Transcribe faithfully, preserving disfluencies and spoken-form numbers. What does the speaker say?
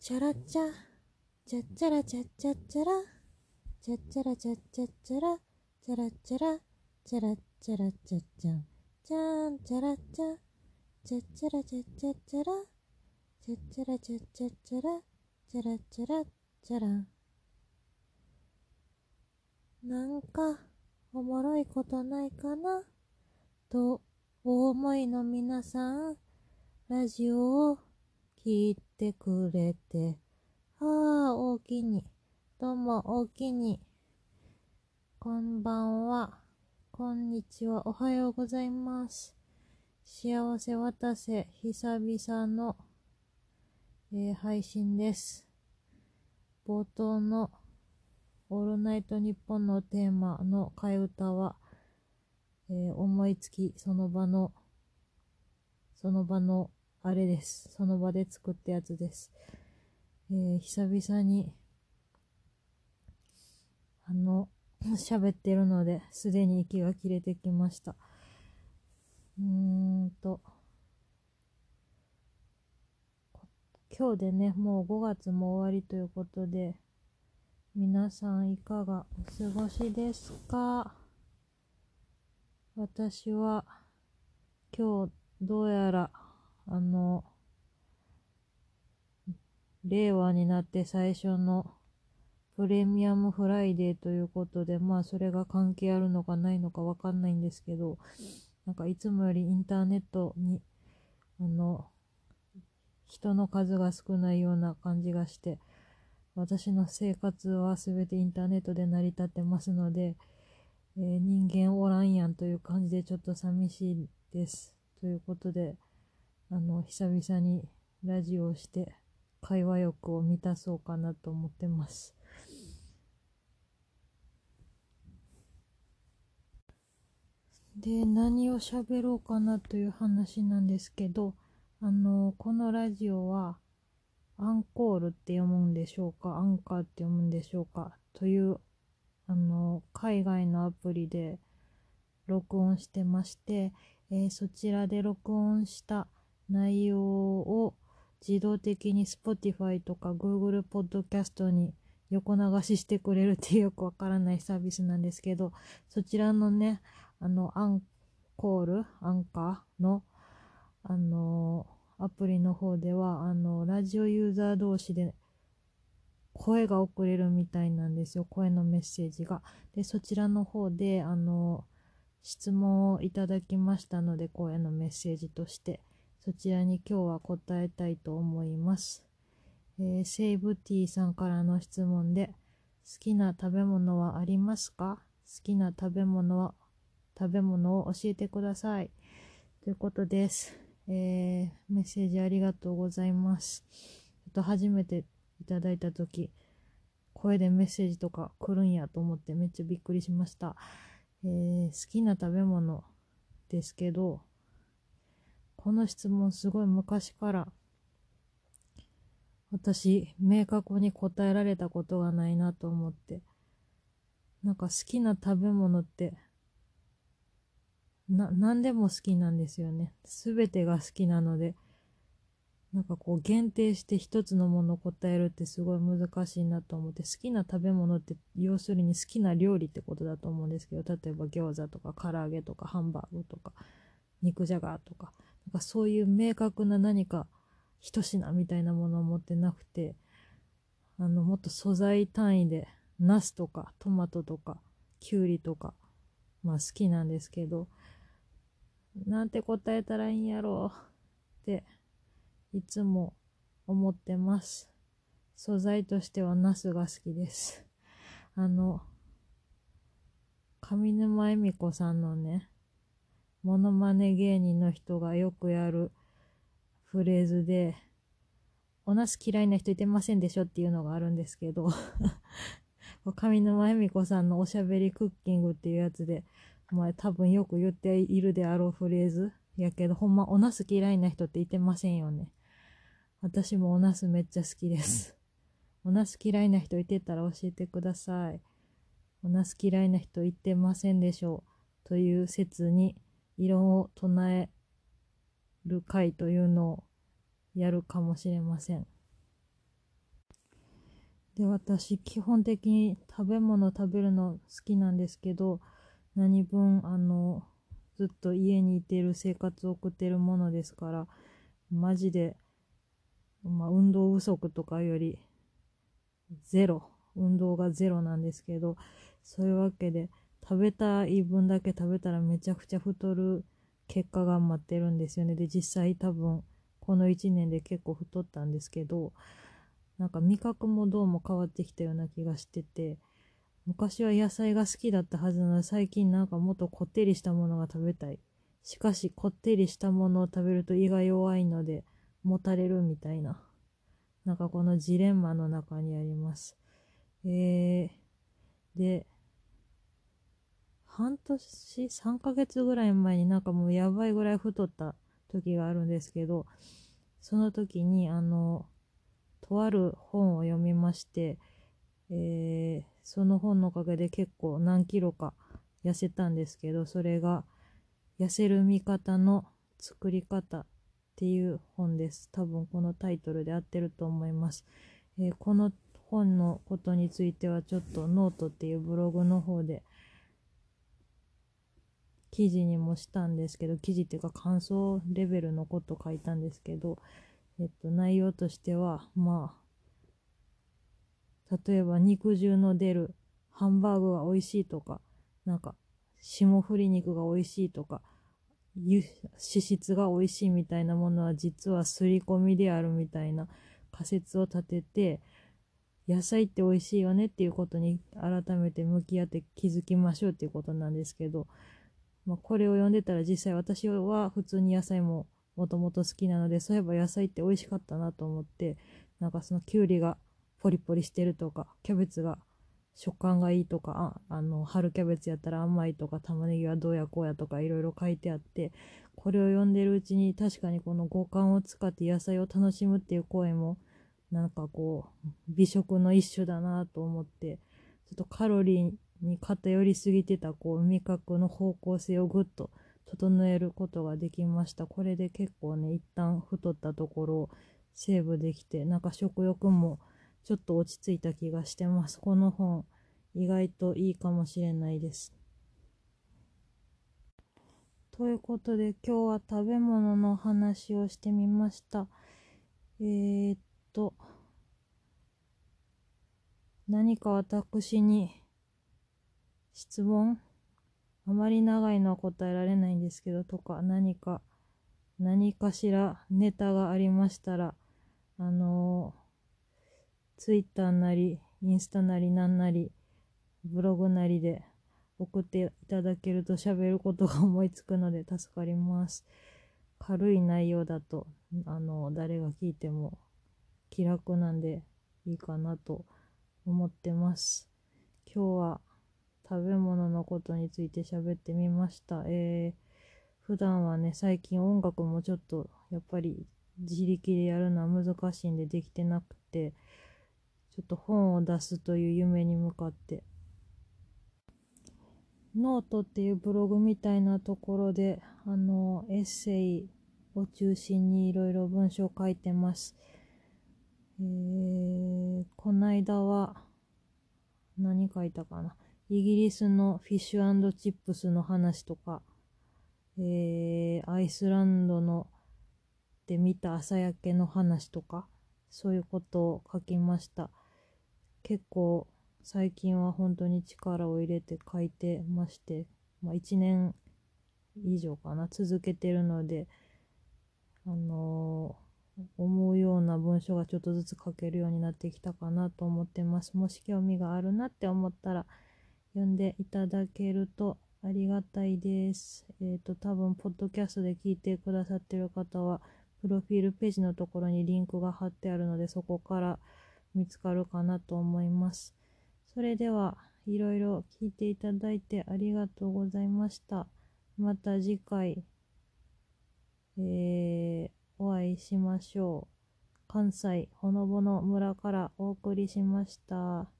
チャラチャチャッチャラチャッチャッチャラチャッチャラチャッチャッチャラチャラチャラチャラチャラチャッチャンチャンチャラチャチャッチャラチャッチャッチャラチャッチャラチャッチャッチャラチャラチャラチャラン。なんかおもろいことないかなとお思いの皆さん、ラジオを聞いてくれてああ大きに、どうも大きに、こんばんは、こんにちは、おはようございます。幸せ渡せ久々の、えー配信です。冒頭のオールナイトニッポンのテーマの替え歌は、えー思いつきその場のその場のあれです。その場で作ったやつです。えー久々にあの喋ってるので、すでに息が切れてきました。うーんと今日でね、もうごがつも終わりということで、皆さんいかがお過ごしですか？私は今日どうやらあの令和になって最初のプレミアムフライデーということで、まあそれが関係あるのかないのかわかんないんですけど、なんかいつもよりインターネットにあの人の数が少ないような感じがして、私の生活はすべてインターネットで成り立ってますので、えー人間おらんやんという感じでちょっと寂しいです。ということで、あの久々にラジオをして会話欲を満たそうかなと思ってます。で、何を喋ろうかなという話なんですけど、あのこのラジオはアンコールって読むんでしょうか、アンカーって読むんでしょうかというあの海外のアプリで録音してまして、えーそちらで録音した内容を自動的に Spotify とか Google Podcast に横流ししてくれるっていうよくわからないサービスなんですけど、そちらのね、あのアンコール、アンカーのあのアプリの方では、あのラジオユーザー同士で声が送れるみたいなんですよ。声のメッセージが。で、そちらの方であの質問をいただきましたので、声のメッセージとしてそちらに今日は答えたいと思います。えーセイブティーさんからの質問で、好きな食べ物はありますか？好きな食べ物は食べ物を教えてくださいということです。えーメッセージありがとうございます。ちょっと初めていただいたとき、声でメッセージとか来るんやと思ってめっちゃびっくりしました。えー好きな食べ物ですけど、この質問すごい昔から私明確に答えられたことがないなと思って、なんか好きな食べ物ってな何でも好きなんですよね。すべてが好きなので、なんかこう限定して一つのものを答えるってすごい難しいなと思って、好きな食べ物って要するに好きな料理ってことだと思うんですけど、例えば餃子とか唐揚げとかハンバーグとか肉じゃがとか、なんかそういう明確な何か一品みたいなものを持ってなくて、あのもっと素材単位でナスとかトマトとかキュウリとか、まあ好きなんですけど、なんて答えたらいいんやろうっていつも思ってます。素材としてはナスが好きです。あの上沼恵美子さんのね、モノマネ芸人の人がよくやるフレーズで、おナス嫌いな人いてませんでしょっていうのがあるんですけど上沼恵美子さんのおしゃべりクッキングっていうやつで、まあ、多分よく言っているであろうフレーズやけど、ほんまおナス嫌いな人っていてませんよね。私もおナスめっちゃ好きです。おナス嫌いな人いてたら教えてください。おナス嫌いな人いてませんでしょうという説に異論を唱える会というのをやるかもしれません。 で、私、基本的に食べ物食べるの好きなんですけど、何分、あの、ずっと家にいてる生活を送ってるものですから、マジで、まあ、運動不足とかより、ゼロ、運動がゼロなんですけど、そういうわけで、食べたい分だけ食べたらめちゃくちゃ太る結果が待ってるんですよね。で、実際多分、このいちねんで結構太ったんですけど、なんか味覚もどうも変わってきたような気がしてて、昔は野菜が好きだったはずなので、最近なんかもっとこってりしたものが食べたい。しかし、こってりしたものを食べると胃が弱いので、もたれるみたいな。なんかこのジレンマの中にあります。えー、で、半年、さんかげつぐらい前になんかもうやばいぐらい太った時があるんですけど、その時にあの、とある本を読みまして、えーその本のおかげで結構何キロか痩せたんですけど、それが痩せる味方の作り方っていう本です。多分このタイトルで合ってると思います。えーこの本のことについてはちょっとノートっていうブログの方で記事にもしたんですけど、記事っていうか感想レベルのこと書いたんですけど、えっと内容としては、まあ例えば肉汁の出るハンバーグが美味しいとか、なんか霜降り肉が美味しいとか、脂質が美味しいみたいなものは実は刷り込みであるみたいな仮説を立てて、野菜って美味しいよねっていうことに改めて向き合って気づきましょうっていうことなんですけど、まあ、これを読んでたら実際私は普通に野菜ももともと好きなので、そういえば野菜って美味しかったなと思って、なんかそのきゅうりがポリポリしてるとか、キャベツが食感がいいとか、ああの春キャベツやったら甘いとか、玉ねぎはどうやこうやとかいろいろ書いてあって、これを読んでるうちに確かにこの五感を使って野菜を楽しむっていう声もなんかこう美食の一種だなと思って、ちょっとカロリーに偏りすぎてたこう味覚の方向性をぐっと整えることができました。これで結構ね、一旦太ったところをセーブできて、なんか食欲もちょっと落ち着いた気がしてます。この本意外といいかもしれないです。ということで今日は食べ物の話をしてみました。えー、っと何か私に質問、あまり長いのは答えられないんですけど、とか何か何かしらネタがありましたら、あのー、ツイッターなりインスタなりなんなりブログなりで送っていただけると喋ることが思いつくので助かります。軽い内容だとあの誰が聞いても気楽なんでいいかなと思ってます。今日は食べ物のことについて喋ってみました。えー、普段はね、最近音楽もちょっとやっぱり自力でやるのは難しいんでできてなくて、ちょっと本を出すという夢に向かってノートっていうブログみたいなところであのエッセイを中心にいろいろ文章を書いてます。えー、こないだは何書いたかな、イギリスのフィッシュ&チップスの話とか、えー、アイスランドので見た朝焼けの話とか、そういうことを書きました。結構最近は本当に力を入れて書いてまして、まあ、いちねん以上かな続けてるので、あのー、思うような文章がちょっとずつ書けるようになってきたかなと思ってます。もし興味があるなって思ったら読んでいただけるとありがたいです。えっと、多分、ポッドキャストで聞いてくださってる方は、プロフィールページのところにリンクが貼ってあるので、そこから見つかるかなと思います。それでは、いろいろ聞いていただいてありがとうございました。また次回、えー、お会いしましょう。関西ほのぼの村からお送りしました。